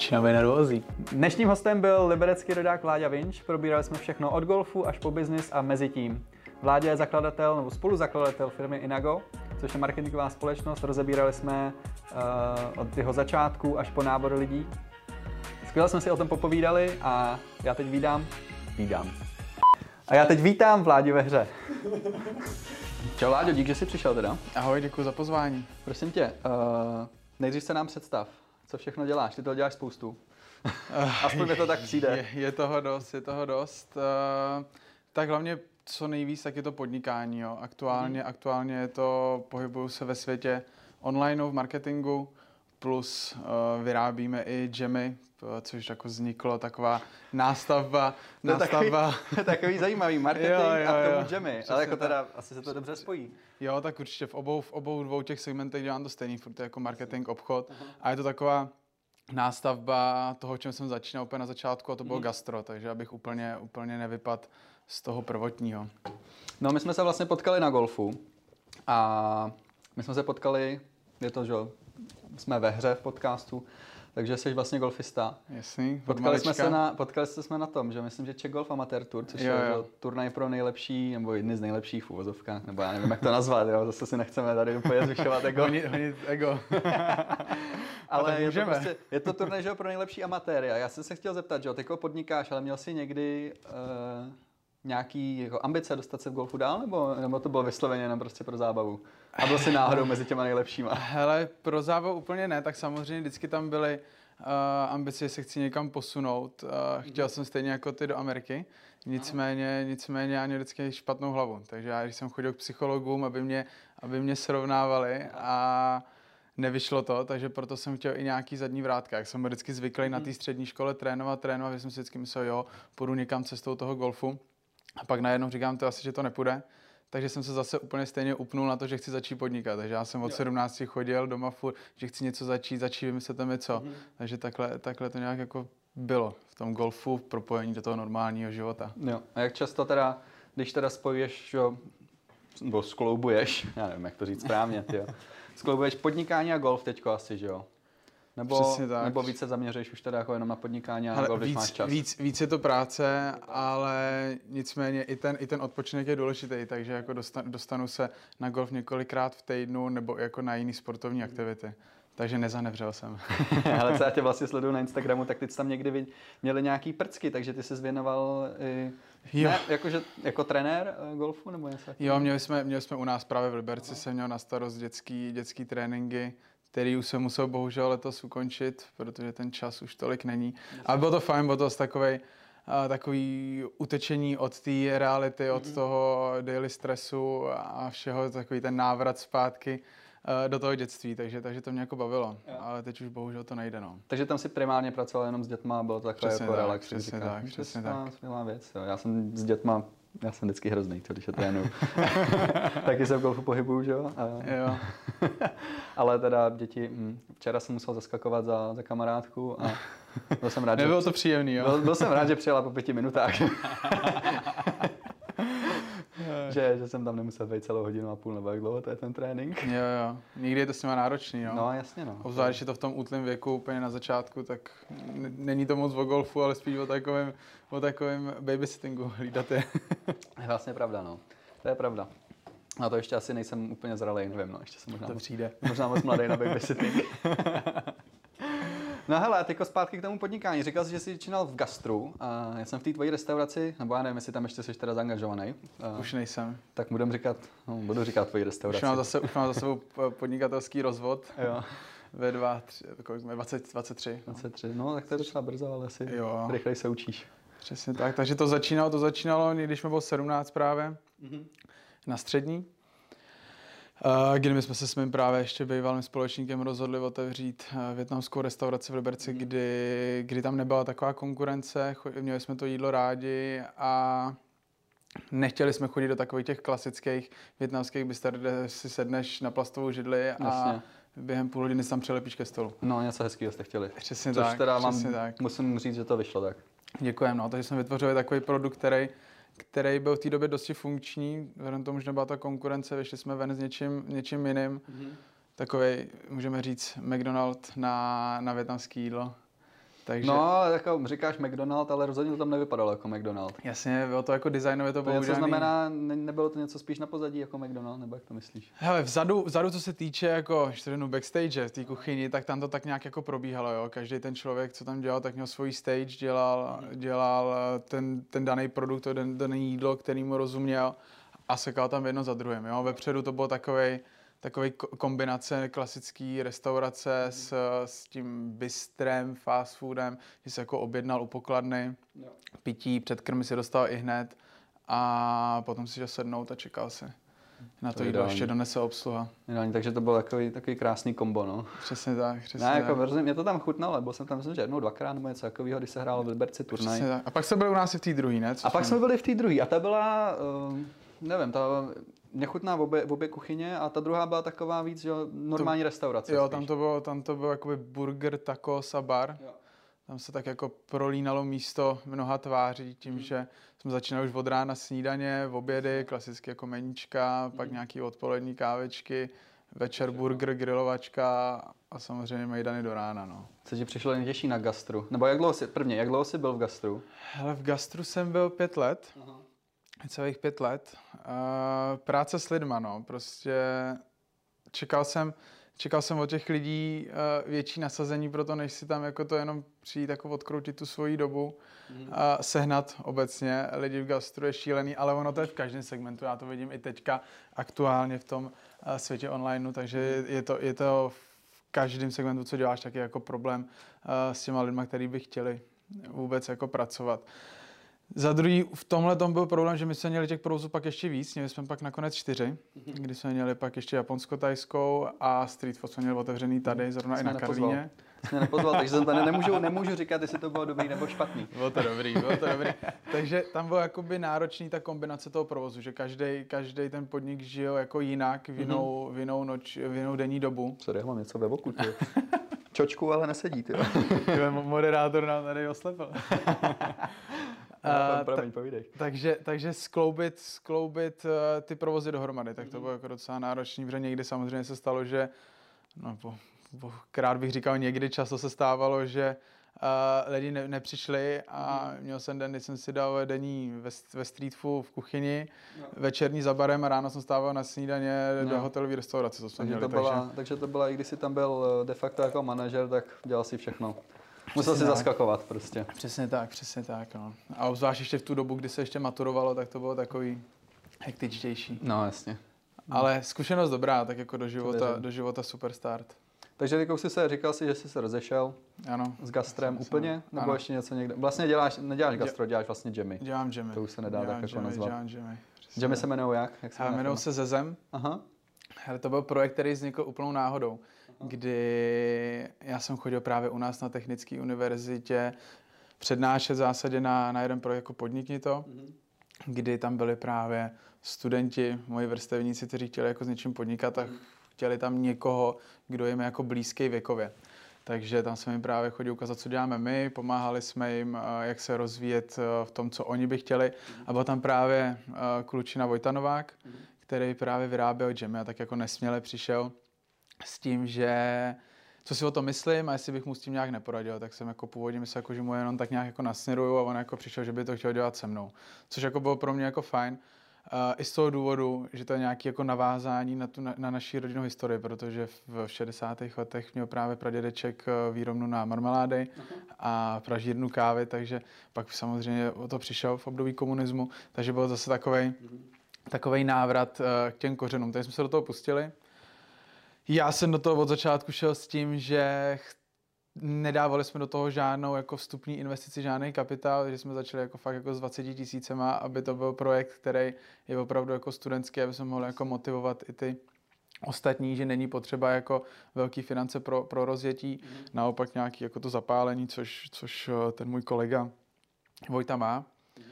Začínáme nervózní. Dnešním hostem byl liberecký rodák Vláďa Vinč. Probírali jsme všechno od golfu až po biznis a mezi tím. Vláďa je zakladatel nebo spoluzakladatel firmy Inago, což je marketingová společnost. Rozebírali jsme od jeho začátku až po nábor lidí. Skvěle jsme si o tom popovídali a já teď vítám Vláďu ve hře. Čau Vláďo, dík, že jsi přišel teda. Ahoj, děkuji za pozvání. Prosím tě, nejdřív se nám představ, co všechno děláš, ty toho děláš spoustu. Aspoň mi to tak přijde. Je toho dost. Tak hlavně co nejvíc, tak je to podnikání. Jo. Aktuálně je to, pohybuju se ve světě online v marketingu, plus vyrábíme i džemy, což jako vzniklo taková nástavba. Takový zajímavý marketing a k tomu džemy, přesně, ale jako teda asi se to dobře spojí. Jo, tak určitě v obou dvou těch segmentech dělám to stejný, furt je jako marketing, obchod a je to taková nástavba toho, čem jsem začínal úplně na začátku, a to bylo gastro, takže abych úplně nevypadl z toho prvotního. No, my jsme se vlastně potkali na golfu a my jsme se potkali, je to, že jsme ve hře v podcastu, takže jsi vlastně golfista. Jasný. Potkali jsme se na tom, že myslím, že Czech Golf Amateur Tour, což je turnaj pro nejlepší, nebo jedny z nejlepších v uvozovkách, nebo já nevím, jak to nazvat, jo, zase si nechceme tady úplně zvyšovat ego. Honit ego. Ale je to turnaj, že pro nejlepší amatéry. A já jsem se chtěl zeptat, že ty jako podnikáš, ale měl jsi někdy nějaký jako ambice dostat se v golfu dál, nebo to bylo vysloveně jenom prostě pro zábavu? A byl jsi náhodou mezi těma nejlepšíma? Hele, pro zábavu úplně ne, tak samozřejmě vždycky tam byly ambice, že se chci někam posunout. Chtěl jsem stejně jako ty do Ameriky, nicméně já měl vždycky špatnou hlavu. Takže já, když jsem chodil k psychologům, aby mě srovnávali a nevyšlo to, takže proto jsem chtěl i nějaký zadní vrátka. Jak jsem byl vždycky zvyklý na té střední škole trénovat, že jsem si vždycky myslel, jo, půjdu někam cestou toho golfu. A pak najednou říkám to asi, že to nepůjde. Takže jsem se zase úplně stejně upnul na to, že chci začít podnikat. Takže já jsem od 17 chodil doma furt, že chci něco začít vymyslete mi co. Takže takhle to nějak jako bylo v tom golfu, v propojení do toho normálního života. Jo. A jak často teda, když teda spojuješ, nebo skloubuješ, já nevím, jak to říct správně, skloubuješ podnikání a golf teďko asi, že jo? Nebo více zaměřuješ už teda jako jenom na podnikání a na golf, když máš čas? Víc je to práce, ale nicméně i ten odpočinek je důležitý, takže jako dostanu se na golf několikrát v týdnu nebo jako na jiný sportovní aktivity. Takže nezanevřel jsem. Ale co já tě vlastně sleduju na Instagramu, tak ty jsi tam někdy měli nějaký prcky, takže ty jsi věnoval jako trenér golfu nebo něco? Jo, měli jsme u nás právě v Liberci, jsem měl na starost dětský tréninky, který už jsem musel bohužel letos ukončit, protože ten čas už tolik není. Ale bylo to fajn, bylo to takový utečení od té reality, od toho daily stresu a všeho, takový ten návrat zpátky do toho dětství, takže to mě jako bavilo, ale teď už bohužel to nejde, no. Takže tam si primárně pracoval jenom s dětma a bylo to takové jako relax. Přesně tak. Skvělá věc, jo. Já jsem s dětma, já jsem vždycky hrozný, když je trénuju. Taky se v golfu pohybuju, že jo? Jo. Ale teda děti, včera jsem musel zaskakovat za kamarádku a byl jsem rád, nebylo to příjemný, jo? Byl jsem rád, že přijela po 5 minutách. že jsem tam nemusel být celou hodinu a půl, nebo jak dlouho to je ten trénink. Jo. Nikdy je to s nima náročný, no. No, jasně, no. Obzvlášť, když je to v tom útlém věku, úplně na začátku, tak není to moc o golfu, ale spíš o takovém babysittingu hlídat je. Je vlastně pravda, no. To je pravda. A to ještě asi nejsem úplně zralej, nevím, no. Ještě jsem možná moc mladý na babysitting. No hele, teďko zpátky k tomu podnikání. Říkal jsi, že jsi začínal v gastru a já jsem v té tvojí restauraci, nebo já nevím, jestli tam ještě jsi teda zaangažovaný. Už nejsem. Tak budu říkat tvoji restauraci. Už mám za sebou podnikatelský rozvod. Jo. Ve 23. 23, no tak to je docela brzo, ale asi rychleji se učíš. Přesně tak, takže to začínalo, když mi bylo 17 právě, na střední. Kdy my jsme se s mým právě ještě bývalým společníkem rozhodli otevřít vietnamskou restauraci v Liberci, kdy tam nebyla taková konkurence, měli jsme to jídlo rádi a nechtěli jsme chodit do takových těch klasických vietnamských bister, kde si sedneš na plastovou židli a během půl hodiny se tam přilepíš ke stolu. No, něco hezkého jste chtěli. Přesně tak. Tak. Musím říct, že to vyšlo tak. Děkujeme, no, takže jsme vytvořili takový produkt, který byl v té době dosti funkční, vzhledem tomu, že nebyla ta konkurence, vyšli jsme ven s něčím jiným. Takovej, můžeme říct, McDonald na vietnamské jídlo. Takže, No, ale jako říkáš McDonald, ale rozhodně to tam nevypadalo jako McDonald. jasně, bylo to jako designově to To něco používaný. znamená, nebylo to něco spíš na pozadí jako McDonald, nebo jak to myslíš? Hele, vzadu, co se týče jako backstage v té kuchyni, tak tam to tak nějak jako probíhalo, jo. Každý ten člověk, co tam dělal, tak měl svůj stage, dělal ten daný produkt, to dané jídlo, který mu rozuměl a sekal tam jedno za druhým, jo. Vepředu to bylo takový kombinace klasický restaurace s tím bistrem, fast foodem, že se jako objednal u pokladny, pití, předkrmy si dostal i hned a potom si šel sednout a čekal si. Na to jídlo ještě donese obsluha. Ideální, takže to byl takový krásný kombo, no. Přesně tak, přesně Ne, tak. jako rozumím, mě to tam chutnalo, byl jsem tam myslím, že jednou, dvakrát nebo něco takového, když se hrálo v Liberci turnaj. Přesně tak. A pak jsme byli u nás i v té druhé, ne? A pak jsme byli v té druhé a ta byla, nevím, mě chutná v obě kuchyně a ta druhá byla taková víc, že normální restaurace. Jo, spíš. tam to bylo jakoby burger, tacos a bar. Jo. Tam se tak jako prolínalo místo mnoha tváří tím, že jsme začínali už od rána snídaně, v obědy, klasicky jako meníčka, pak nějaký odpolední kávečky, večer burger, grilovačka a samozřejmě mejdany do rána, no. Co ti přišlo nejtěžší na gastru? Nebo jak dlouho jsi byl v gastru? Hele, v gastru jsem byl 5 let. Celých 5 let. Práce s lidma, no. Prostě čekal jsem od těch lidí větší nasazení pro to, než si tam jako to jenom přijít jako odkroutit tu svoji dobu. Sehnat obecně lidi v gastru je šílený, ale ono to je v každém segmentu. Já to vidím i teďka aktuálně v tom světě online, takže je to v každém segmentu, co děláš, taky jako problém s těma lidma, který by chtěli vůbec jako pracovat. Za druhý, v tomhle tom byl problém, že my jsme měli těch provozů pak ještě víc, měli jsme pak nakonec 4, kdy jsme měli pak ještě japonsko-tajskou a street food jsme měli otevřený tady, zrovna i na Karlíně. Jsi mě nepozval, takže jsem tady nemůžu říkat, jestli to bylo dobrý nebo špatný. Bylo to dobrý. Takže tam bylo jakoby náročný ta kombinace toho provozu, že každý ten podnik žil jako jinak v jinou denní dobu. Sorry, já mám něco ve voku, ty. Čočku, ale nesedí, ty. Moderátor nám tady oslepil. Povídej. Takže skloubit ty provozy dohromady, tak to bylo jako docela náročný, protože někdy samozřejmě se stalo, že krát bych říkal někdy, často se stávalo, že lidi nepřišli a měl jsem den, kdy jsem si dal denní ve street food v kuchyni, večerní za barem a ráno jsem stával na snídaně do hotelové restaurace, co jsme měli. Takže to byla, i když jsi tam byl de facto jako manažer, tak dělal si všechno. Musel si zaskakovat prostě. Přesně tak. No. A obzvlášť ještě v tu dobu, kdy se ještě maturovalo, tak to bylo takový hektičtější. No, jasně. Ale zkušenost dobrá, tak jako do života super start. Takže říkal si, že jsi se rozešel s gastrem úplně? Nebo ano. ještě něco někde? Vlastně neděláš gastro, děláš vlastně jammy. Dělám jammy. To už se nedá tak jako nazvat. Dělám jammy. Jammy se jmenují jak? Jmenují se Zezem. Aha. Hele, to byl projekt, který vznikl úplnou náhodou, kdy já jsem chodil právě u nás na Technické univerzitě přednášet v zásadě na jeden projekt jako Podnikni to, kdy tam byli právě studenti, moji vrstevníci, kteří chtěli jako s něčím podnikat a chtěli tam někoho, kdo jim je jako blízký věkově. Takže tam jsme jim právě chodili ukázat, co děláme my, pomáhali jsme jim, jak se rozvíjet v tom, co oni by chtěli. A byl tam právě klučina Vojta Novák, který právě vyráběl jammy a tak jako nesměle přišel s tím, že co si o tom myslím a jestli bych mu s tím nějak neporadil, tak jsem jako původně myslel, jako, že mu jenom tak nějak jako nasměruju a on jako přišel, že by to chtěl dělat se mnou. Což jako bylo pro mě jako fajn. I z toho důvodu, že to je nějaké jako navázání na naší rodinnou historii, protože v 60. letech měl právě pradědeček výrobnu na marmelády a pražírnu kávy, takže pak samozřejmě o to přišel v období komunismu, takže byl zase takovej návrat k těm kořenům. Takže jsme se do toho pustili. Já jsem do toho od začátku šel s tím, že nedávali jsme do toho žádnou jako vstupní investici, žádný kapitál, takže jsme začali jako fakt jako s 20 000, aby to byl projekt, který je opravdu jako studentský, aby jsme mohli jako motivovat i ty ostatní, že není potřeba jako velký finance pro rozjetí, naopak nějaký jako to zapálení, což ten můj kolega Vojta má.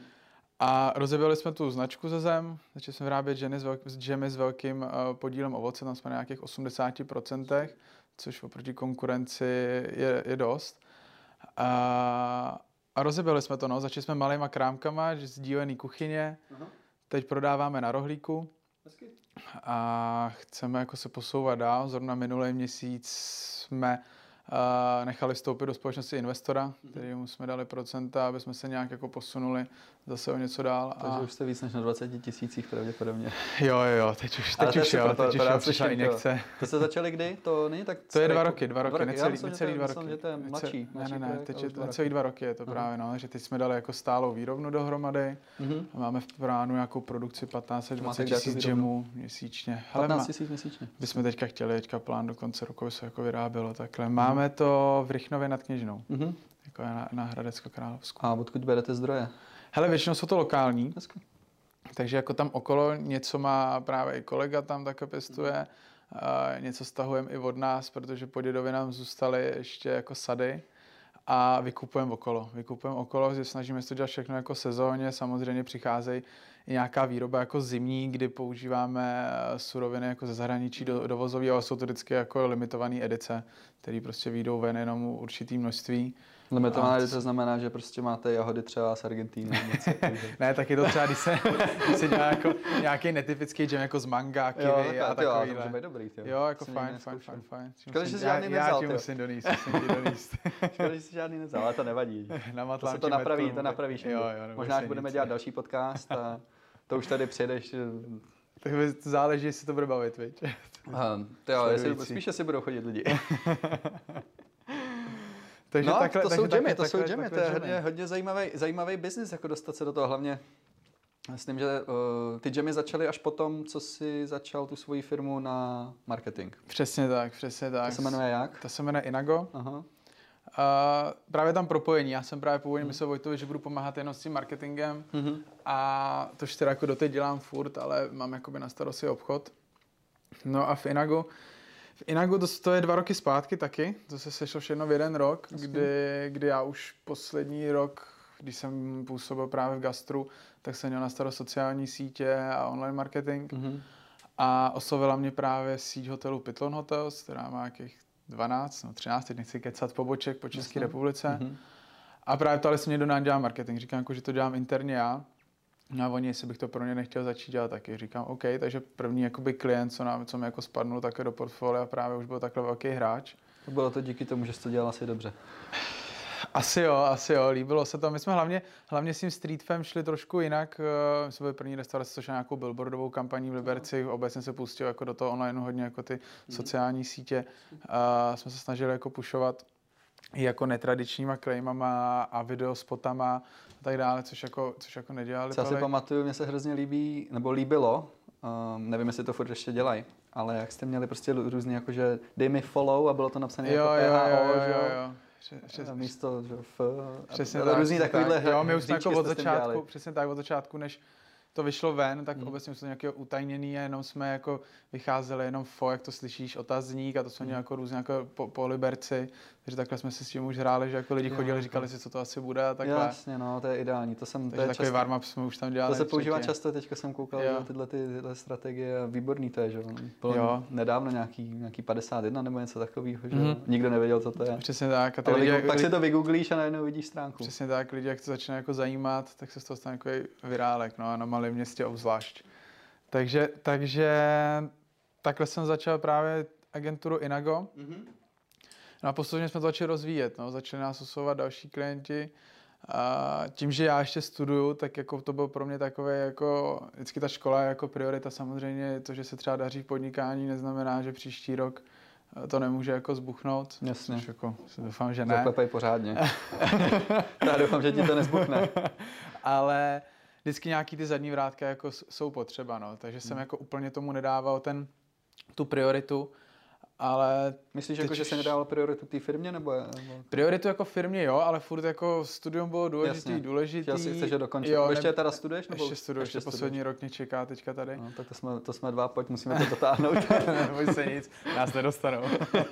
A rozeběhli jsme tu značku Zezem, začali jsme vyrábět džemy s velkým podílem ovoce, tam jsme na nějakých 80%, což oproti konkurenci je dost. A rozeběhli jsme to, no. Začali jsme malýma krámkama, sdílený kuchyně, teď prodáváme na rohlíku a chceme jako se posouvat dál. Zrovna minulý měsíc jsme nechali vstoupit do společnosti investora, kterému jsme dali procenta, aby jsme se nějak jako posunuli zase o něco dál. Takže už jste víc než na 20 000 pravděpodobně. Jo, teď už přišla injekce. To jste začali kdy? To není tak... To je 2 roky, necelý 2 roky. Myslím, že to je mladší. Ne, teď je necelý 2 roky je to právě, no, že teď jsme dali jako stálou výrobnu dohromady. Máme v plánu nějakou produkci 15 až 20 000 džemů měsíčně. 15 000 měsíčně. Bychom teďka chtěli, plán do konce roku by se jako vyrábělo takhle. Máme to v Rychnově nad Kněžnou, jako na Hradecko-Královsku. A odkud berete zdroje? Hele, většinou jsou to lokální, takže jako tam okolo něco má právě i kolega tam také pěstuje, něco stahujeme i od nás, protože po dědovi nám zůstaly ještě jako sady a vykupujeme okolo, že snažíme se to dělat všechno jako sezónně, samozřejmě přicházejí i nějaká výroba jako zimní, kdy používáme suroviny jako ze zahraničí dovozový, ale jsou to vždycky jako limitované edice, které prostě vyjdou ven jenom určitý množství. Limitovaná edice znamená, že prostě máte jahody třeba z Argentíny. Ne, tak je to třeba, když se dělá jako nějaký netypický džem jako z manga, kiwi a takovýhle. Jo, to může být dobrý, tyjo. Jo, jako fajn. Škoda, že jsi žádný nevzal, já ti musím donést. Škoda, že jsi žádný nevzal, ale to nevadí. To se to napravíš. Jo, Možná, až budeme dělat další podcast a to už tady přijedeš. Tak záleží, jestli to bude bavit, viď? Spíš si budou chodit lidi. Takže no, takhle, to jsou džemy, to je hodně zajímavý biznis, jako dostat se do toho, hlavně myslím, že ty džemy začaly až potom, co jsi začal tu svoji firmu na marketing. Přesně tak. To se jmenuje jak? To se jmenuje Inago. Aha. Právě tam propojení. Já jsem právě původně myslel Vojtovi, že budu pomáhat jenom s tím marketingem a to teda jako doteď dělám furt, ale mám jakoby na starosti obchod. No a v Inagu to je 2 roky zpátky taky, to se sešlo všechno v 1 rok, kdy já už poslední rok, když jsem působil právě v gastru, tak jsem měl na starost sociální sítě a online marketing. A oslovila mě právě síť hotelů Pytlon Hotels, která má jakých 13, teď nechci kecat, poboček po České republice. A právě ptali se mě, kdo nám dělá marketing. Říkám, jako, že to dělám interně já. No a oni, jestli bych to pro ně nechtěl začít dělat taky. Říkám, OK, takže první jakoby klient, co mi jako spadnul také do portfolia, právě už byl takhle velký hráč. To bylo to díky tomu, že jsi to dělal asi dobře. Asi jo, líbilo se to. My jsme hlavně s tím streetfem šli trošku jinak. My jsme byli první restaurace, což je nějakou billboardovou kampaní v Liberci. Obecně se pustil jako do toho online hodně jako ty sociální sítě. Jsme se snažili jako pušovat i jako netradičníma claimama a videospotama a tak dále, což jako nedělali. Co si pamatuju, mně se hrozně líbilo, nevím, jestli to furt ještě dělají, ale jak jste měli prostě různý, jakože dej mi follow a bylo to napsané jako PHO, že jo? Místo, že přesně tak. Různý takovýhle jo, my už jsme jako od začátku, než to vyšlo ven, tak obecně jsme nějakého utajněný a jenom jsme jako vycházeli jenom jak to slyšíš, otazník a to jsme měli jako různě jako po Liberci, takže takhle jsme si s tím už hráli, že jako lidi chodili, říkali si, co to asi bude a takhle. Jasně, no, to je ideální, takže takový warm-up jsme už tam dělali. To se používá často, teďka jsem koukal na tyhle strategie, výborný to je, že bylo nedávno nějaký 51 nebo něco takového, že nikdo nevěděl, co to je. Přesně tak. A pak si to vygooglíš a najednou vidíš stránku. Přesně tak, lidi, jak to začne jako zajímat, tak se z toho stane takový virálek, no a na malém městě obzvlášť. Takže takhle jsem začal právě agenturu Inago. No a postupně jsme to začali rozvíjet, no. Začali nás oslovovat další klienti. A tím, že já ještě studuju, tak jako to bylo pro mě takové jako, vždycky ta škola je jako priorita. Samozřejmě to, že se třeba daří v podnikání, neznamená, že příští rok to nemůže jako zbuchnout. Jasně. Což jako doufám, že ne. Zaklepej pořádně. Já doufám, že ti to nezbuchne. Ale vždycky nějaký ty zadní vrátka jako jsou potřeba, no. Takže jsem jako úplně tomu nedával tu prioritu. Ale myslíš, jako, že se nedával prioritu té firmě? Nebo... Prioritu jako firmě jo, ale furt jako studium bylo důležitý. Chtěl si chceš dokončit. Jo, ještě teda studuješ? Nebo ještě studuju, ještě poslední rok mě čeká teďka tady. No, tak to jsme 2, pojď, musíme to dotáhnout. Neboj se nic, nás nedostanou.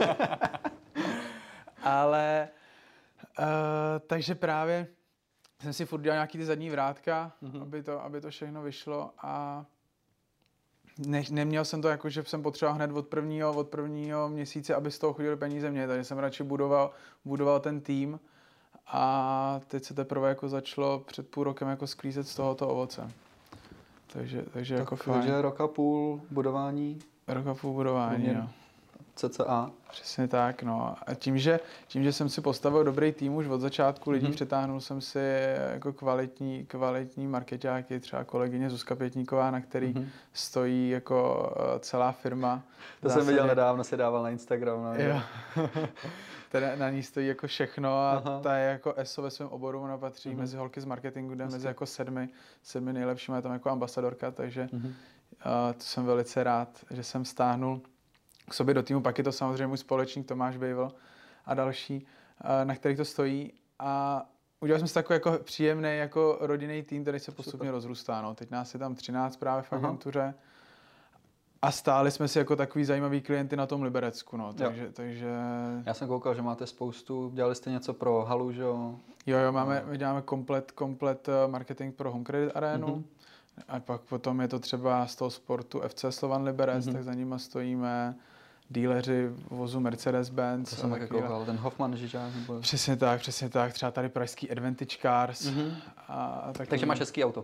Ale, takže právě jsem si furt dělal nějaký ty zadní vrátka, aby to všechno vyšlo a neměl jsem to jako, že jsem potřeboval hned od prvního měsíce, aby z toho chodily peníze mě, takže jsem radši budoval ten tým a teď se teprve jako začalo před půl rokem jako sklízet z tohoto ovoce. Takže jako fajn. Takže rok a půl budování. Rok a půl budování, jo. CCA. Přesně tak, no. A tím, že jsem si postavil dobrý tým už od začátku lidí, přetáhnul jsem si jako kvalitní markeťáky, třeba kolegyně Zuzka Pětníková, na který stojí jako celá firma. To jsem viděl nedávno, se dával na Instagram. No, jo. Teda na ní stojí jako všechno a ta je jako ESO ve svém oboru, ona patří mezi holky z marketingu, jde mezi jako sedmi nejlepšími, je tam jako ambasadorka, takže to jsem velice rád, že jsem stáhnul k sobě do týmu. Pak je to samozřejmě můj společník Tomáš Bejvl a další, na kterých to stojí. A udělali jsme si takový jako příjemný jako rodinný tým, který se postupně rozrůstá. No. Teď nás je tam 13 právě v agentuře. A stáli jsme si jako takový zajímavý klienty na tom Liberecku. No. Takže... Já jsem koukal, že máte spoustu, dělali jste něco pro halu, že jo? Jo, my děláme komplet marketing pro Home Credit Arenu. A pak potom je to třeba z toho sportu FC Slovan Liberec, tak za nima stojíme díleři vozu Mercedes-Benz. To jsem taky koukal, ten Hoffman Žižák. Nebo... Přesně tak. Třeba tady pražský Advantage Cars. Takže máš hezký auto.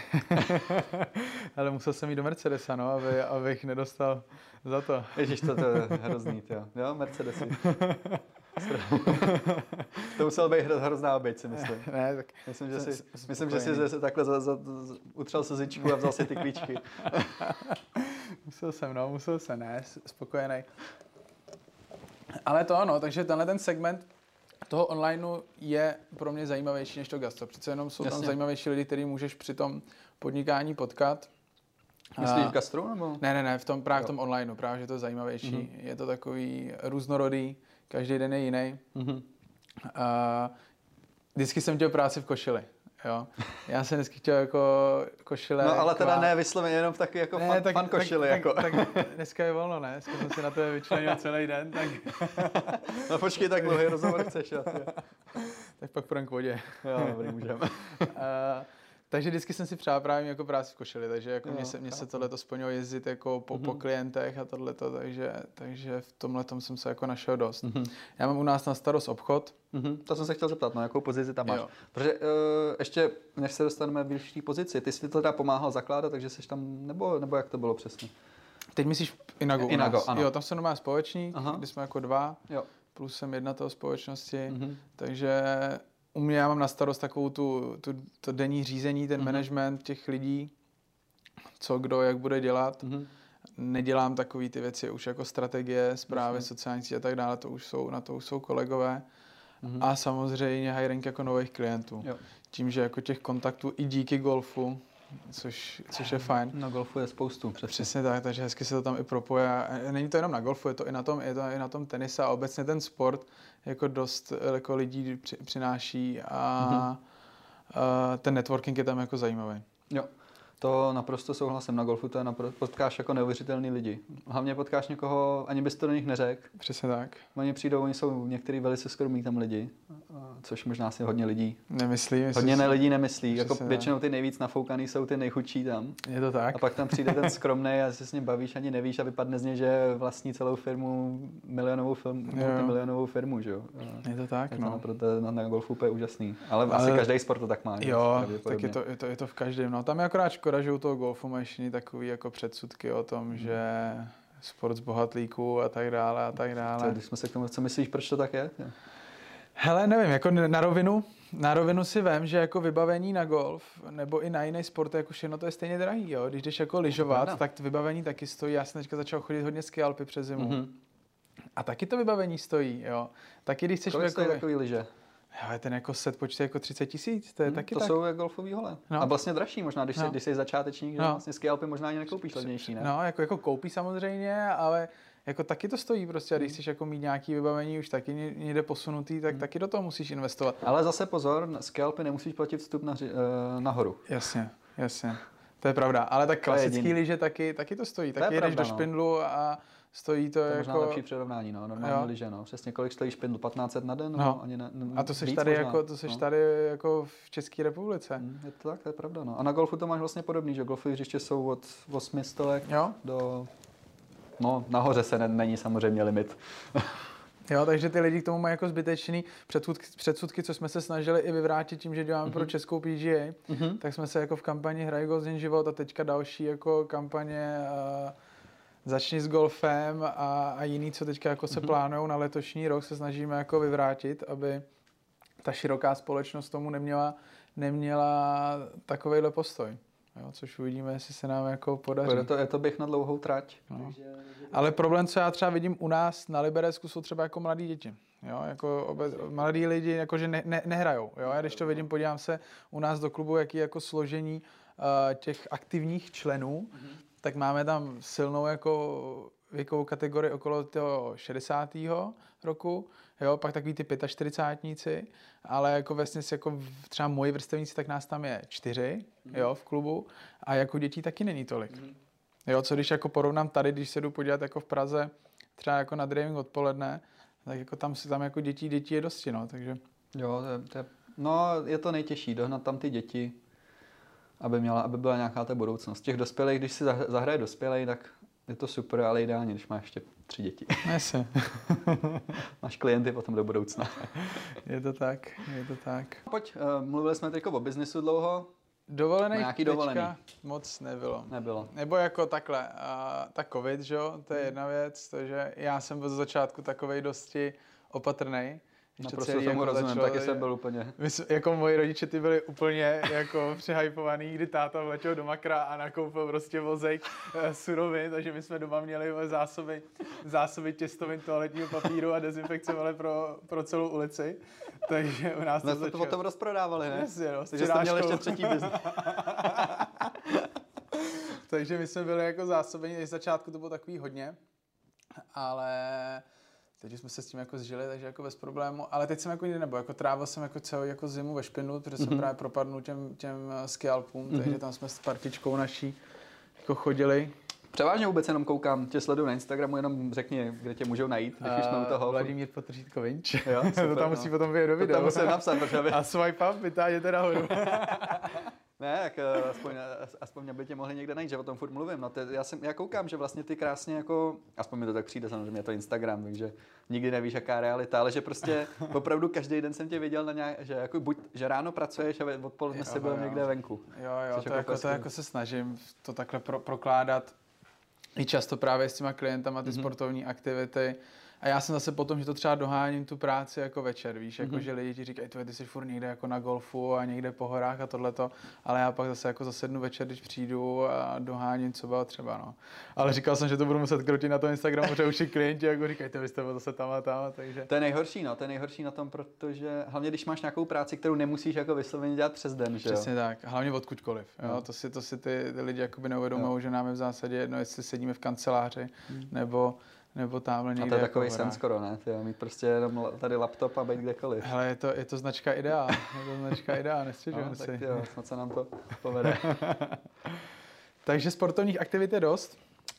Ale musel jsem jít do Mercedesa, no, abych nedostal za to. Ježiš, to je hrozný, jo. Jo, Mercedesy. To musel být hrozná oběť, si myslím. Ne, tak myslím, že si takhle utřel slzičku a vzal si ty klíčky. Musel jsem, ne, spokojený. Ale to ano, takže tenhle ten segment toho onlineu je pro mě zajímavější než to gastro. Přece jenom jsou tam zajímavější lidi, který můžeš při tom podnikání potkat. Myslíš v gastru? Nebo? Ne, v tom onlineu, právě že to je zajímavější. Je to takový různorodý, každý den je jiný. Vždycky jsem chtěl práci v košili. Jo. Já jsem vždycky chtěl jako košile. No ale teda ne vysloveně jenom v takový jako fan košili. Tak dneska je volno, ne? Dneska jsem si na to vyčlenil celý den. Tak... No počkej, tak dlouhý rozhovor chceš. Tak pak půjdem k vodě. Jo, dobrý, můžeme. Takže vždycky jsem si přál právě jako práci v košili, takže jako mě se tohleto splnilo jezdit jako po klientech a tohleto, takže v tomhletom jsem se jako našel dost. Já mám u nás na starost obchod. To jsem se chtěl zeptat, no, jakou pozici tam máš. Jo. Protože ještě, než se dostaneme v vyšší pozici, ty jsi to teda pomáhal zakládat, takže jsi tam, nebo jak to bylo přesně? Teď myslíš Inago? Inago, ano. Jo, tam jsem doma společník, kdy jsme jako dva, plus jsem jednatel společnosti, takže u mě já mám na starost takovou to denní řízení, ten management těch lidí, co kdo, jak bude dělat. Nedělám takový ty věci už jako strategie, zprávy, sociální sítě a tak dále, na to už jsou kolegové. A samozřejmě hiring jako nových klientů. Jo. Tím, že jako těch kontaktů i díky golfu, což je fajn. Na golfu je spoustu, přesně tak, takže hezky se to tam i propoje. Není to jenom na golfu, je to i na tom tenise a obecně ten sport jako dost jako lidí přináší a ten networking je tam jako zajímavý. Jo. To naprosto souhlasím. Na golfu to je potkáš jako neuvěřitelný lidi. Hlavně potkáš někoho, ani bys to do nich neřekl. Přesně tak. Oni přijdou, oni jsou některý velice skromí tam lidi, což možná si hodně lidí nemyslí. Hodně lidí nemyslí. Jako většinou ty nejvíc nafoukaný jsou ty nejchudší tam. Je to tak. A pak tam přijde ten skromnej a se s ním bavíš, ani nevíš a vypadne z něj, že vlastní celou firmu, multimilionovou firmu, že jo. Je to tak, no. Proto na golfu je úžasný. Ale asi každý sport to tak má. Jo, tak je to v každém. No, tam je akorát škoda, že u toho golfu máš jiný takový jako předsudky o tom, že sport z bohatlíků a tak dále. Když jsme se k tomu, co myslíš, proč to tak je? Hele, nevím, jako na rovinu si vem, že jako vybavení na golf nebo i na jiný sport, jako všechno to je stejně drahý, jo. Když jdeš jako lyžovat, tak vybavení taky stojí. Já jsem teďka začal chodit hodně ski Alpy přes zimu. A taky to vybavení stojí, jo. Taky když chceš stojí takový lyže? Ale ten jako set počítá jako 30 000, to je taky to tak. To jsou jak golfový hole. No. A vlastně dražší možná, když jsi začátečník, že vlastně ski Alpy možná ani nekoupíš levnější, ne? No, jako koupí samozřejmě, ale jako taky to stojí prostě a když chceš jako mít nějaký vybavení už taky někde posunutý, tak taky do toho musíš investovat. Ale zase pozor, ski Alpy nemusíš platit vstup nahoru. Jasně. To je pravda, ale tak klasický lyže taky to stojí. Taky jdeš do špindlu a stojí to jako... možná lepší přirovnání, no, normální lyže, no. Přesně kolik stojí špindl? 1500 na den? No. Ani ne, a to seš tady tady jako v České republice. Je to tak, to je pravda, no. A na golfu to máš vlastně podobný, že golfové hřiště jsou od 8 stolek do... No, nahoře se není samozřejmě limit. Jo, takže ty lidi k tomu mají jako zbytečný předsudky, co jsme se snažili i vyvrátit tím, že děláme pro českou PGA, tak jsme se jako v kampani Hraj golf život a teďka další jako kampaně začni s golfem a jiný, co teďka jako se plánujou na letošní rok, se snažíme jako vyvrátit, aby ta široká společnost tomu neměla takovejhle postoj. Jo, což uvidíme, jestli se nám jako podaří. Je to běh na dlouhou trať. No. Ale problém, co já třeba vidím u nás na Liberecku, jsou třeba jako mladí děti. Jo, jako mladí lidi jakože nehrajou. Jo? Já když to vidím, podívám se u nás do klubu, jaký je jako složení těch aktivních členů, tak máme tam silnou jako věkovou kategorii okolo toho 60. roku, jo, pak takový ty 45níci, ale jako vlastně jako třeba moji vrstevníci, tak nás tam je 4, jo, v klubu a jako dětí taky není tolik. Jo, co když jako porovnám tady, když se jdu podívat jako v Praze, třeba jako na driving odpoledne, tak jako tam jako dětí je dosti, no, takže. Jo, je to nejtěžší, dohnat tam ty děti, aby byla nějaká ta budoucnost. Těch dospělých, když si zahraje dospělej, tak je to super, ale ideálně, když máš ještě 3 děti. Jasně. Máš klienty potom do budoucna. Je to tak. Pojď, mluvili jsme teď o biznisu dlouho. Nějaký dovolený moc nebylo. Nebo jako takhle, ta covid, že jo, to je jedna věc, takže já jsem byl z začátku takovej dosti opatrnej. Naprosto tomu jako rozumím, taky jsem byl úplně. Jako moji rodiče ty byli úplně jako přehypovaný, kdy táta vletěl do Makra a nakoupil prostě vozejk surovin, takže my jsme doma měli zásoby těstovin, toaletního papíru a dezinfekce pro celou ulici. Takže u nás to začalo. To potom rozprodávali, ne? Jasně, no, takže jste měli ještě třetí biznes. Takže my jsme byli jako zásobení, z začátku to bylo takový hodně, ale teď jsme se s tím jako zžili, takže jako bez problému, ale teď jsem jako nikdy nebyl, jako trávil jsem jako celou jako zimu ve Špindlu, protože jsem právě propadnul těm ski alpům, takže tam jsme s partičkou naší jako chodili. Převážně vůbec jenom koukám, tě sleduju na Instagramu, jenom řekni, kde tě můžou najít, když jsme u toho. Vladimír Potržítko Vinč. Jo, super, to tam musí potom vyjet do videa. To tam musím napsat, protože... A swipe up, vytáhněte nahoru. Ne, tak aspoň aby tě mohli někde najít, že o tom furt mluvím. No, já koukám, že vlastně ty krásně jako, aspoň mi to tak přijde, samozřejmě je to Instagram, takže nikdy nevíš, jaká je realita, ale že prostě opravdu každý den jsem tě viděl že jako že ráno pracuješ a odpoledne si byl někde venku. Jo, to jako se snažím to takhle prokládat i často právě s těma klientama ty sportovní aktivity. A já jsem zase potom, že to třeba doháním tu práci jako večer, víš, jako že lidi ti říkají, ty jsi furt někde jako na golfu a někde po horách a tohleto, ale já pak zase jako zasednu večer, když přijdu a doháním, co bylo třeba, no. Ale říkal jsem, že to budu muset krotit na tom Instagramu, protože už i klienti jako říkají, vy jste zase tam a tam, takže. To je nejhorší na tom, protože hlavně když máš nějakou práci, kterou nemusíš jako vysloveně dělat přes den, že jo. Přesně tak, hlavně odkudkoliv, jo, to si ty lidi jakoby neuvědomují, že nám je v zásadě jedno, jestli sedíme v kanceláři, nebo tamhle někde. A to je takový sen skoro, ne? Mít prostě jenom tady laptop a být kdekoliv. Hele, je to značka Idea. Nestěžujeme si. Tak jo, snad se nám to povede. Takže sportovních aktivit je dost.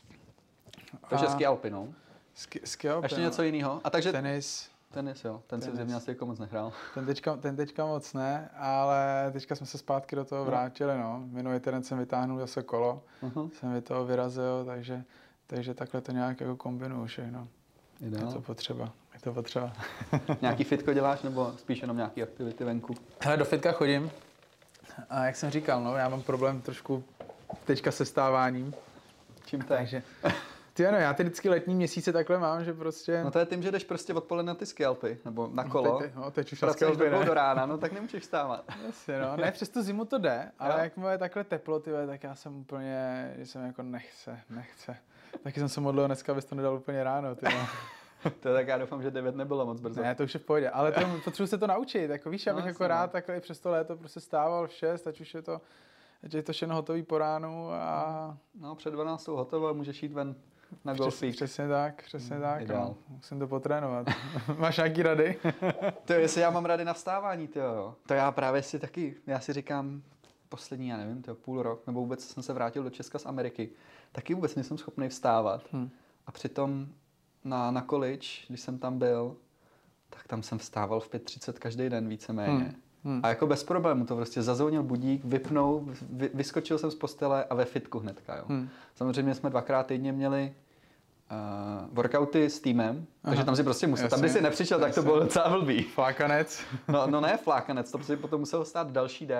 Takže ski alpy, no. Ski alpy, ještě něco jiného. A takže tenis, jo. Ten si v zimě asi jako moc nehrál. Ten teďka moc ne, ale teďka jsme se zpátky do toho vrátili, no. Minulý týden jsem vytáhnul zase kolo. Jsem do toho vyrazil, takže takhle to nějak jako kombinuju všechno. Ideál. Je to potřeba. Nějaký fitko děláš, nebo spíš jenom nějaký aktivity venku? Hele, do fitka chodím. A jak jsem říkal, no, já mám problém trošku teďka se stáváním. Čím to? Takže, já ty vždycky letní měsíce takhle mám, že prostě. No to je tím, že jdeš prostě odpoledne na ty ski alpy, nebo na kolo. Teď už pracuješ do rána, no tak nemůžeš vstávat. Jasně, no. Ne, přes tu zimu to jde, ale jak je takhle teplo, tak já jsem úplně, že jsem jako nechce. Taky jsem se modlil dneska, abys to nedal úplně ráno, To tak já doufám, že 9 nebylo moc brzo. Ne, to už je v pohodě, ale potřebuji se to naučit, jako víš, abych jako rád takhle přes to léto prostě stával v 6, ať už je to všechno hotový po ránu a. No, před 12 jsou hotovo a můžeš jít ven na golfík. Přesně tak. No. Musím to potrénovat. Máš nějaký rady? Jestli já mám rady na vstávání, jo. To já právě já si říkám, poslední, já nevím, půl rok, nebo vůbec jsem se vrátil do Česka z Ameriky, taky vůbec nejsem schopný vstávat. A přitom na college, když jsem tam byl, tak tam jsem vstával v 5:30 každý den víceméně. A jako bez problému to prostě zazvonil budík, vypnul, vyskočil jsem z postele a ve fitku hnedka, jo. Samozřejmě jsme 2x týdně měli workouty s týmem, takže tam si prostě musel, tam by si nepřišel, tak to bylo docela blbý. Flákanec. No ne flákanec, to si potom musel stát další den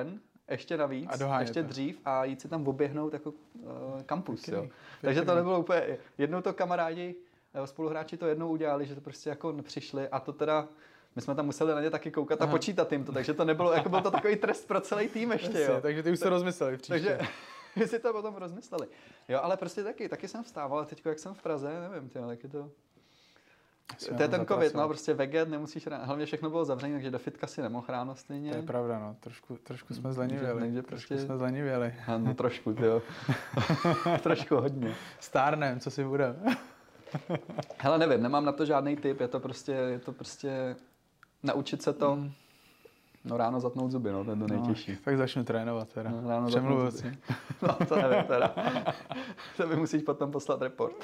ještě navíc, A dohánět ještě to. dřív a jít si tam oběhnout jako kampus. Pěkný, Jo. pěkný. Takže to nebylo úplně, jednou to kamarádi, spoluhráči to jednou udělali, že to prostě jako nepřišli a to teda, my jsme tam museli na ně taky koukat a počítat jim to, takže to nebylo, jako byl to takový trest pro celý tým ještě, jo. Takže ty už to rozmysleli příště. Takže si to potom rozmysleli. Jo, ale prostě taky jsem vstával a teď, jak jsem v Praze, nevím, tyjo, tak je to... To je ten covid, no, prostě veget, nemusíš ráno, hlavně všechno bylo zavřené, takže do fitka si nemohl ráno stejně. To je pravda, no, trošku jsme zlenivěli. Takže prostě... jsme zlenivěli. No trošku, jo. Trošku hodně. Stárnem, co si bude. Hele, nevím, nemám na to žádný tip, je to prostě naučit se to, no ráno zatnout zuby, no, to je to nejtěžší. Tak začnu trénovat teda. No, ráno Přemluvil zatnout si. No, to nevím teda. To mi musíš potom poslat report.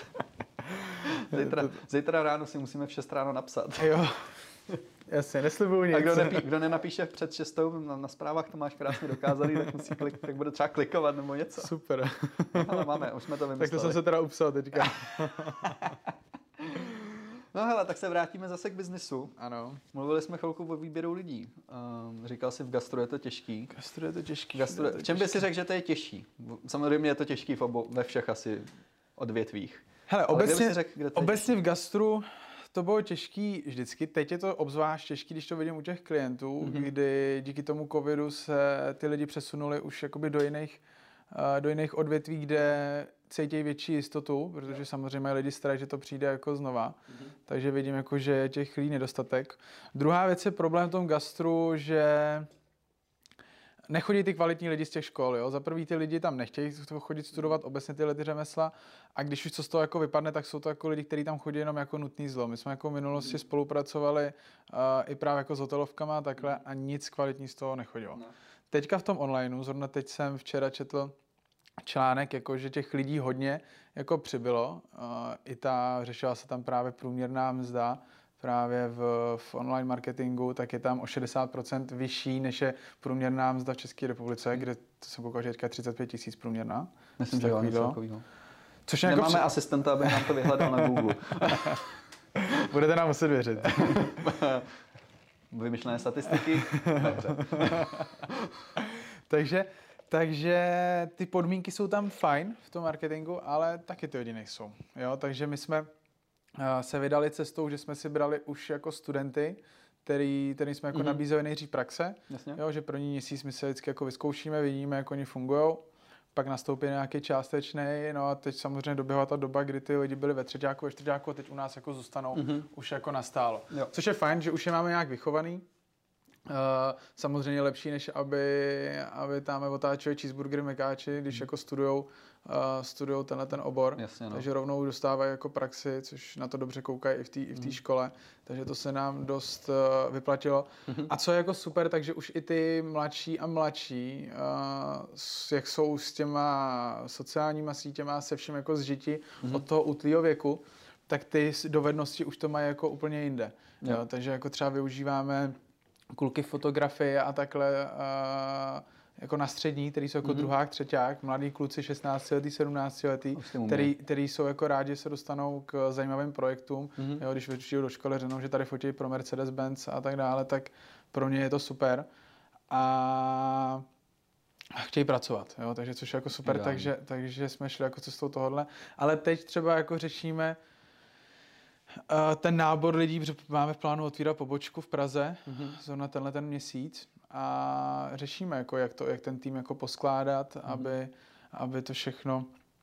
Zítra ráno si musíme v 6 ráno napsat. Jo, jasně, neslibuju nic. A kdo nenapíše před 6 na zprávách, to máš krásně dokázaný, tak bude třeba klikovat nebo něco. Super. Ale máme, už jsme to vymysleli. Tak to jsem se teda upsal teďka. No hele, tak se vrátíme zase k biznisu. Ano. Mluvili jsme chvilku o výběru lidí. Říkal jsi, v gastru je to těžký. Gastro je to těžký. V čem by si řekl, že to je těžší? Samozřejmě je to těžký ve všech asi odvětvích. Hele, obecně, obecně v gastru to bylo těžký vždycky. Teď je to obzvlášť těžký, když to vidím u těch klientů, kdy díky tomu covidu se ty lidi přesunuli už jakoby do jiných odvětví, kde cítí větší jistotu, protože samozřejmě mají lidi strach, že to přijde jako znova. Takže vidím, jako, že je těch lidí nedostatek. Druhá věc je problém v tom gastru, že nechodí ty kvalitní lidi z těch škol. Jo? Za prvý ty lidi tam nechtějí chodit studovat obecně tyhle ty řemesla a když už co z toho jako vypadne, tak jsou to jako lidi, kteří tam chodí jenom jako nutný zlo. My jsme jako v minulosti spolupracovali i právě jako s hotelovkama a takhle a nic kvalitní z toho nechodilo. No. Teďka v tom onlineu, zrovna teď jsem včera četl článek, jako, že těch lidí hodně jako přibylo. Řešila se tam právě průměrná mzda právě v online marketingu, tak je tam o 60% vyšší, než je průměrná mzda v České republice, kde to jsem koukal, že je 35 000 průměrná. Myslím, že jo, něco takového. Což nemáme jako asistenta, aby nám to vyhledal na Google. Budete nám muset věřit. Vymyšlené statistiky. Takže ty podmínky jsou tam fajn v tom marketingu, ale taky ty lidi nejsou. Jo? Takže my jsme se vydali cestou, že jsme si brali už jako studenty, který jsme jako nabízeli nejdřív praxe. Jo? Že první měsíc my se vždycky jako vyzkoušíme, vidíme, jak oni fungují. Pak nastoupí nějaký částečný, no a teď samozřejmě doběhla ta doba, kdy ty lidi byli ve třeťáku, ve čtvrťáku a teď u nás jako zůstanou už jako nastálo. Jo. Což je fajn, že už je máme nějak vychovaný. Samozřejmě lepší, než aby tam otáčeli cheeseburgery, mekáči, když jako studujou tenhle ten obor. Jasně, no. Takže rovnou dostávají jako praxi, což na to dobře koukají i v té škole. Takže to se nám dost vyplatilo. A co je jako super, takže už i ty mladší a mladší, jak jsou s těma sociálníma sítěma, se všem jako zžiti od toho útlýho věku, tak ty dovednosti už to mají jako úplně jinde. Jo, takže jako třeba využíváme kluky fotografie a takhle jako na střední, který jsou jako druhák, třeťák, mladí kluci 16letý, 17letý, který jsou jako rádi, že se dostanou k zajímavým projektům. Jo, když přijdu do školy, řeknou, že tady fotí pro Mercedes-Benz a tak dále, tak pro ně je to super. A chtějí pracovat, jo, takže což je jako super, takže jsme šli jako cestou tohohle. Ale teď třeba jako řešíme ten nábor lidí, protože máme v plánu otvírat pobočku v Praze, zrovna tenhle ten měsíc a řešíme, jako jak ten tým jako poskládat, aby to všechno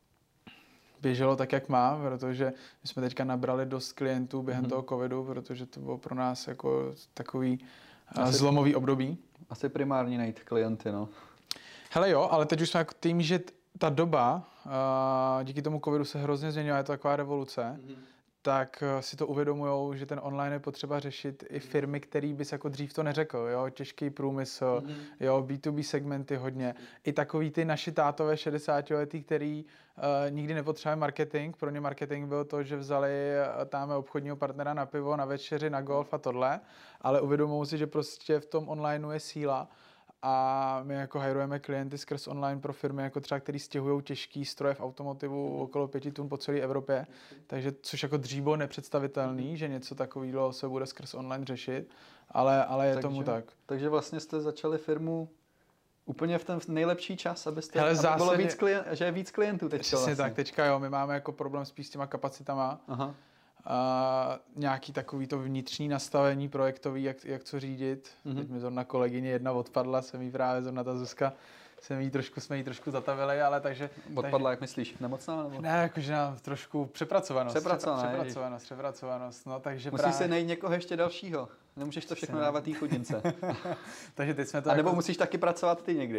běželo tak, jak má, protože my jsme teďka nabrali dost klientů během toho covidu, protože to bylo pro nás jako takový zlomový období. Asi primární najít klienty, no. Hele jo, ale teď už jsme jako tým, že ta doba, díky tomu covidu se hrozně změnila, je to taková revoluce, tak si to uvědomujou, že ten online je potřeba řešit i firmy, který bys jako dřív to neřekl, jo, těžký průmysl, jo, B2B segmenty hodně. I takový ty naši tátové 60letí, který nikdy nepotřebovali marketing, pro ně marketing byl to, že vzali tamhle obchodního partnera na pivo, na večeři, na golf a tohle, ale uvědomují si, že prostě v tom onlineu je síla. A my jako hajrujeme klienty skrz online pro firmy, jako třeba, který stěhují těžký stroje v automotivu okolo 5 tun po celé Evropě. Takže, což jako dřív bylo nepředstavitelný, že něco takového se bude skrz online řešit, ale je tomu tak. Takže vlastně jste začali firmu úplně v ten nejlepší čas, abyste, Hele, aby bylo zásadně- že je víc klientů teďka Přesně vlastně. tak, teďka jo, my máme jako problém spíš s těma kapacitama. Aha. A nějaký takový to vnitřní nastavení projektový, jak co řídit. Teď mi zrovna kolegyně jedna odpadla, jsem jí právě zrovna ta Zuzka, jsme jí trošku zatavili, ale takže... Odpadla, jak myslíš? Nemocná? Nebo? Ne, jakože nám trošku přepracovanost. Přepracovaná, Přepracovanost, no takže musíš právě... si najít někoho ještě dalšího. Nemůžeš to všechno dávat té chudince. Takže teď jsme to A nebo jako... musíš taky pracovat ty někdy.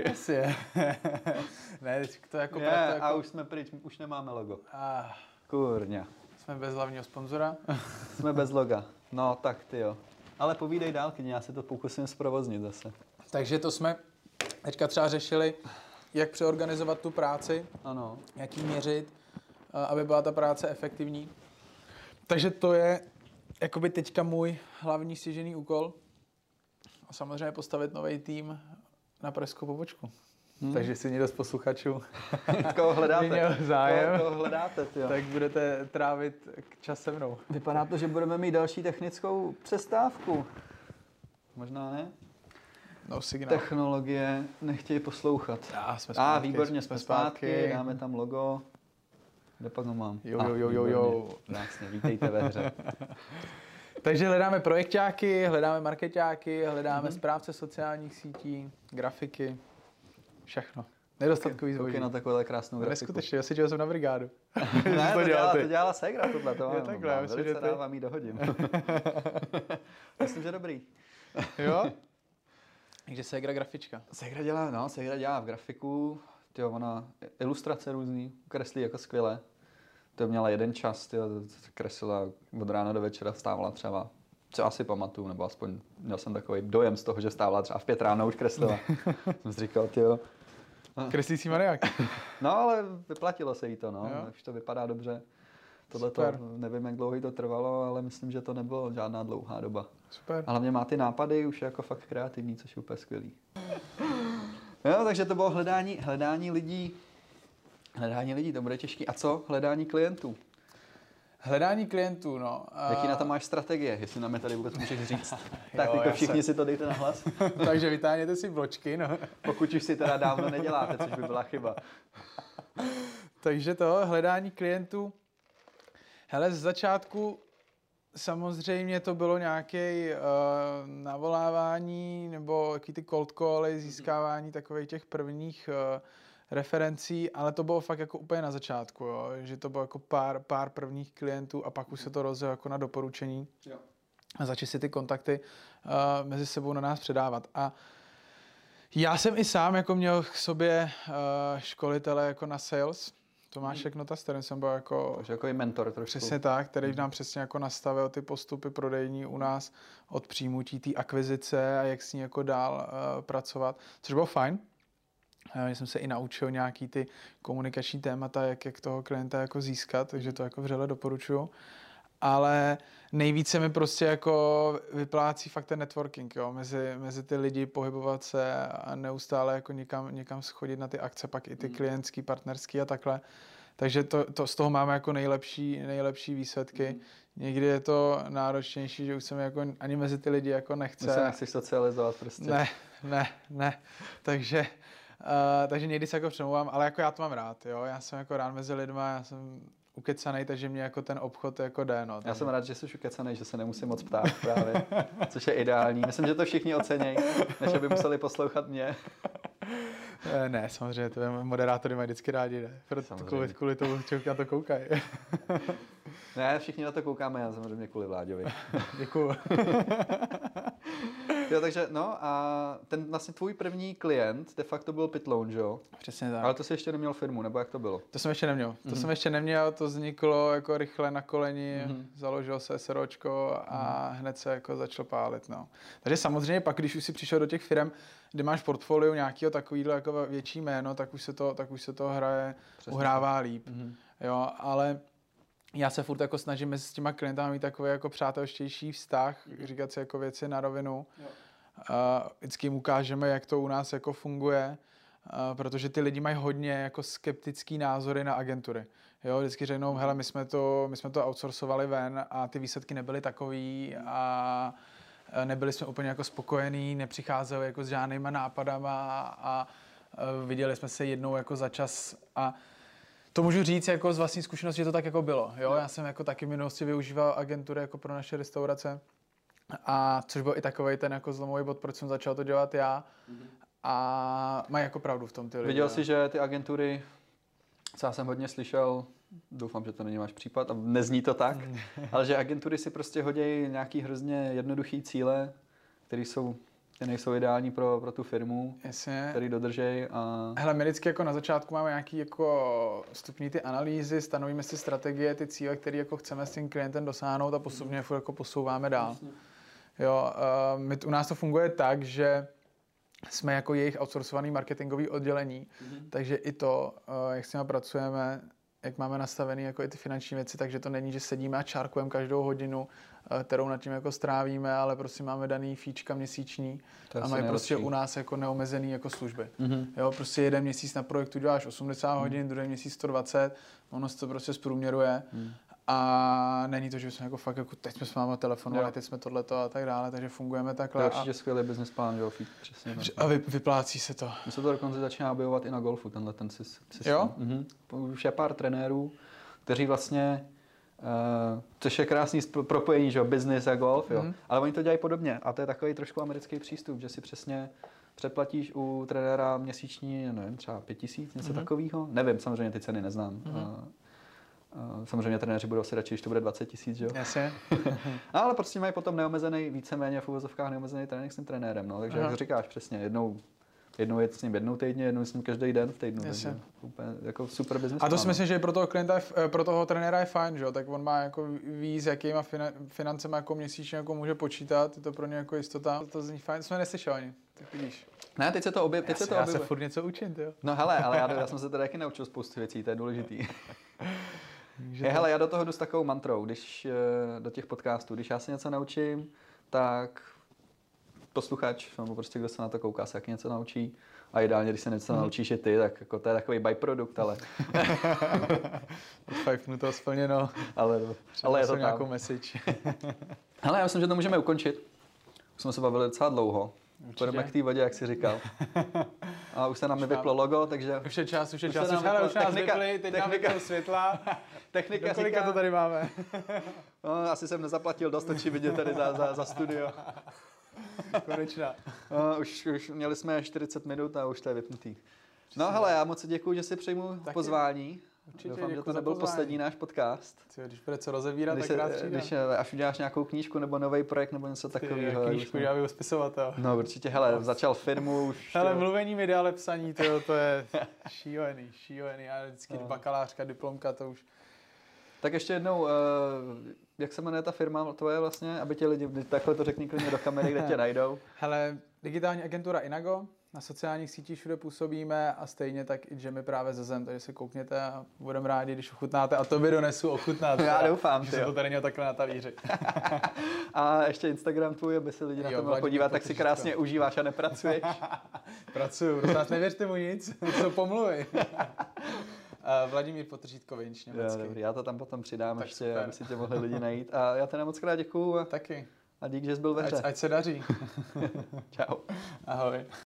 Ne, teď to jako... A už jsme pryč, už nemáme logo. Kurňa. Jsme bez hlavního sponzora. Jsme bez loga. No tak ty jo. Ale povídej dál, kyně, já si to pokusím zprovoznit zase. Takže to jsme teďka třeba řešili, jak přeorganizovat tu práci, Ano. jak ji měřit, aby byla ta práce efektivní. Takže to je jakoby teďka můj hlavní stěžejný úkol. A samozřejmě postavit nový tým na pražskou pobočku. Takže si někdo z posluchačů Koho hledáte? měl zájem, Koho hledáte, tyjo. tak budete trávit čas se mnou. Vypadá to, že budeme mít další technickou přestávku. Možná ne? No signál. Technologie nechtějí poslouchat. Jsme zpátky, Výborně, jsme zpátky, dáme tam logo. Kde pak ho mám? Jo. Krásně, vítejte ve hře. Takže hledáme projekťáky, hledáme markeťáky, hledáme správce sociálních sítí, grafiky, všechno. Nedostatkový zboží. Koukej na takovou krásnou grafiku. Neskutečně, já si dělal jsem na brigádu. Ne, to dělala ségra tohle, to mám. takhle, já myslím, že velice ty- rád vám jí dohodím. Myslím, že dobrý. Jo? Takže ségra grafička. Ségra dělá v grafiku, tyjo, ona ilustrace různý, kreslí jako skvěle. To měla jeden čas, tyjo, kreslila od rána do večera, vstávala třeba, co asi pamatuju, nebo aspoň měl jsem takový dojem z toho, že stávala třeba v 5 ráno už kreslila. Jsem si říkal, tyjo. Kreslící maniak. No, ale vyplatilo se jí to, no, Jo. už to vypadá dobře. Tohle to, Super. nevím, jak dlouho jí to trvalo, ale myslím, že to nebylo žádná dlouhá doba. Super. A hlavně má ty nápady už je jako fakt kreativní, což je úplně skvělý. Jo, takže to bylo hledání lidí. Hledání lidí, to bude těžký. A co? Hledání klientů. Hledání klientů, no. Jaký na to máš strategie, jestli nám je tady vůbec můžeš říct? Tak Jo, jako já všichni si to dejte na hlas. Takže vytáhněte si bločky, no. Pokud už si teda dávno neděláte, což by byla chyba. Takže to, hledání klientů. Hele, z začátku samozřejmě to bylo nějaké navolávání nebo jaký ty cold cally, získávání takových těch prvních referencí, ale to bylo fakt jako úplně na začátku, jo? Že to bylo jako pár prvních klientů a pak už se to rozjelo jako na doporučení Jo. a začít si ty kontakty mezi sebou na nás předávat. A já jsem i sám jako měl k sobě školitele jako na sales, Tomášek Nota, s kterým jsem byl jako... Takže jako i mentor trošku. Přesně tak, který nám přesně jako nastavil ty postupy prodejní u nás od přijmutí té akvizice a jak s ní jako dál pracovat, což bylo fajn. Já jsem se i naučil nějaký ty komunikační témata, jak toho klienta jako získat, takže to jako vřele doporučuju. Ale nejvíce mi prostě jako vyplácí fakt ten networking, jo, mezi ty lidi pohybovat se a neustále jako někam schodit na ty akce, pak i ty klientský, partnerský a takhle. Takže to z toho máme jako nejlepší výsledky. Někdy je to náročnější, že už se mi jako ani mezi ty lidi jako nechce. Ty se nechceš socializovat prostě. Ne. Takže někdy se jako přemlouvám, ale jako já to mám rád, jo. Já jsem jako rád mezi lidma, já jsem ukecanej, takže mě jako ten obchod jako jde, no. Já jsem rád, že jsi ukecanej, že se nemusím moc ptát právě, což je ideální. Myslím, že to všichni ocenějí, než aby museli poslouchat mě. Ne, samozřejmě, to moderátory mají vždycky rádi, ne? Proto kvůli tomu na to koukají. Ne, všichni na to koukáme, já samozřejmě kvůli Vláďovi. Děkuju. Jo, takže no a ten vlastně tvůj první klient de facto byl Pitloun, že jo? Přesně tak. Ale to jsi ještě neměl firmu, nebo jak to bylo? To jsem ještě neměl. To vzniklo jako rychle na koleni, založil se SROčko a hned se jako začal pálit, no. Takže samozřejmě pak, když už si přišel do těch firm, kde máš portfolio nějakého takovýhle jako větší jméno, tak už se to uhrává líp. Jo, ale já se furt jako snažím s těma klientama mít takový jako přátelštější vztah, říkat si jako věci na rovinu. Vždycky jim ukážeme, jak to u nás jako funguje, protože ty lidi mají hodně jako skeptický názory na agentury. Jo, vždycky řeknou, hele, my jsme to outsourcovali ven a ty výsledky nebyly takový nebyli jsme úplně jako spokojení, nepřicházeli jako s žádnýma nápadama a viděli jsme se jednou jako za čas a to můžu říct jako z vlastní zkušenosti, že to tak jako bylo. Jo? Já jsem jako taky v minulosti využíval agentury jako pro naše restaurace, a což byl i takovej ten jako zlomový bod, proč jsem začal to dělat já. A mají jako pravdu v tom ty lidi. Viděl jsi, že ty agentury, co já jsem hodně slyšel, doufám, že to není váš případ a nezní to tak, ale že agentury si prostě hodí nějaký hrozně jednoduchý cíle, které nejsou ideální pro tu firmu, Jasně. který dodržej. A... Hele, my vždycky jako na začátku máme nějaký jako vstupní ty analýzy, stanovíme si strategie, ty cíle, které jako chceme s tím klientem dosáhnout a postupně jako posouváme dál. Jo, u nás to funguje tak, že jsme jako jejich outsourcovaný marketingový oddělení, takže i to, jak s nimi pracujeme, jak máme nastavený jako i ty finanční věci, takže to není, že sedíme a čárkujeme každou hodinu, kterou nad tím jako strávíme, ale prostě máme daný fíčka měsíční a mají prostě u nás jako neomezený jako služby. Jo, prostě jeden měsíc na projektu děláš 80 hodin, druhý měsíc 120, ono se to prostě zprůměruje. A není to, že jsme jako fakt, jako teď jsme s vámi telefonovali, teď jsme tohleto a tak dále, takže fungujeme takhle. To je určitě skvělý business plán, jo, přesně. A vyplácí se to. My se to dokonce začíná objevovat i na golfu, ten systém. Jo? Už je pár trenérů, kteří vlastně, což je krásný propojení, že jo, business a golf, jo. Ale oni to dělají podobně a to je takový trošku americký přístup, že si přesně předplatíš u trenéra měsíční, nevím, třeba 5 000, něco takového. Nevím, samozřejmě ty ceny neznám. Samozřejmě trenéři budou si radši, když to bude 20 000, že jo? Jasně. Ale prostě mají potom neomezený, víceméně v uvozovkách neomezený trénink s tím trenérem, no. Takže jak říkáš přesně, jednou je s ním jednou týdně, jednou s ním každý den v týdnu. Takže úplně jako super business. A to si myslím, že pro toho klienta, pro toho trenéra je fajn, že jo? Tak on má jako ví, s jakýma financema jako měsíčně jako může počítat, je to pro ně jako jistota. To zní fajn, to jsme neslyšel ani, tak vidíš. Ne, teď se to objevuje. Já se furt něco učím, jo. No hele, ale já jsem se teda taky naučil spoustu věcí, to je důležitý. Hele, já do toho jdu s takovou mantrou, když do těch podcastů, když já se něco naučím, tak posluchač, nebo prostě kdo se na to kouká, se jak něco naučí. A ideálně, když se něco naučíš i ty, tak jako to je takový byprodukt, ale... 5 minut splněno. Ale je to tam. Nějakou message. Hele, já myslím, že to můžeme ukončit. Už jsme se bavili docela dlouho. Půjdeme k té vodě, jak jsi říkal. A už se nám vyplo logo, takže... Už je čas. Už nás vypli, teď nám vyplo světla. Technika kolika to tady máme? No, asi jsem nezaplatil dost, točí vidět tady za studio. Konečná. Už měli jsme 40 minut a už to je vypnutý. No hele, já moc děkuju, že si přijmu pozvání. Určitě, doufám, že to nebyl poslední náš podcast. Když bude co rozebírat, tak rád přijde. Až uděláš nějakou knížku nebo nový projekt nebo něco takového. Knížku dělá spisovatel. No určitě, hele, začal firmu už. Hele, mluvení mi dále psaní, to je šílený. A vždycky bakalářka, diplomka, to už. Tak ještě jednou, jak se jmenuje ta firma tvoje vlastně, aby ti lidi, takhle to řekni klidně do kamery, kde tě najdou. Hele, digitální agentura Inago, na sociálních sítích všude působíme a stejně tak i Jammy právě ze Zem, takže se koukněte a budeme rádi, když ochutnáte a to by donesu ochutnat. Já doufám, že se to tady měl takhle na talíři. A ještě Instagram tvůj, aby se lidi na to mohli podívat, tak si krásně užíváš a nepracuješ. Pracuju, prosím vás, nevěřte mu nic, to pomluví. Vladimír Potržítko Vinč, německy. Dobrý, já to tam potom přidám tak ještě, super. Aby si tě mohli lidi najít. A já teda moc krát děkuju. Taky. A dík, že jsi byl ve hře. Ať se daří. Čau. Ahoj.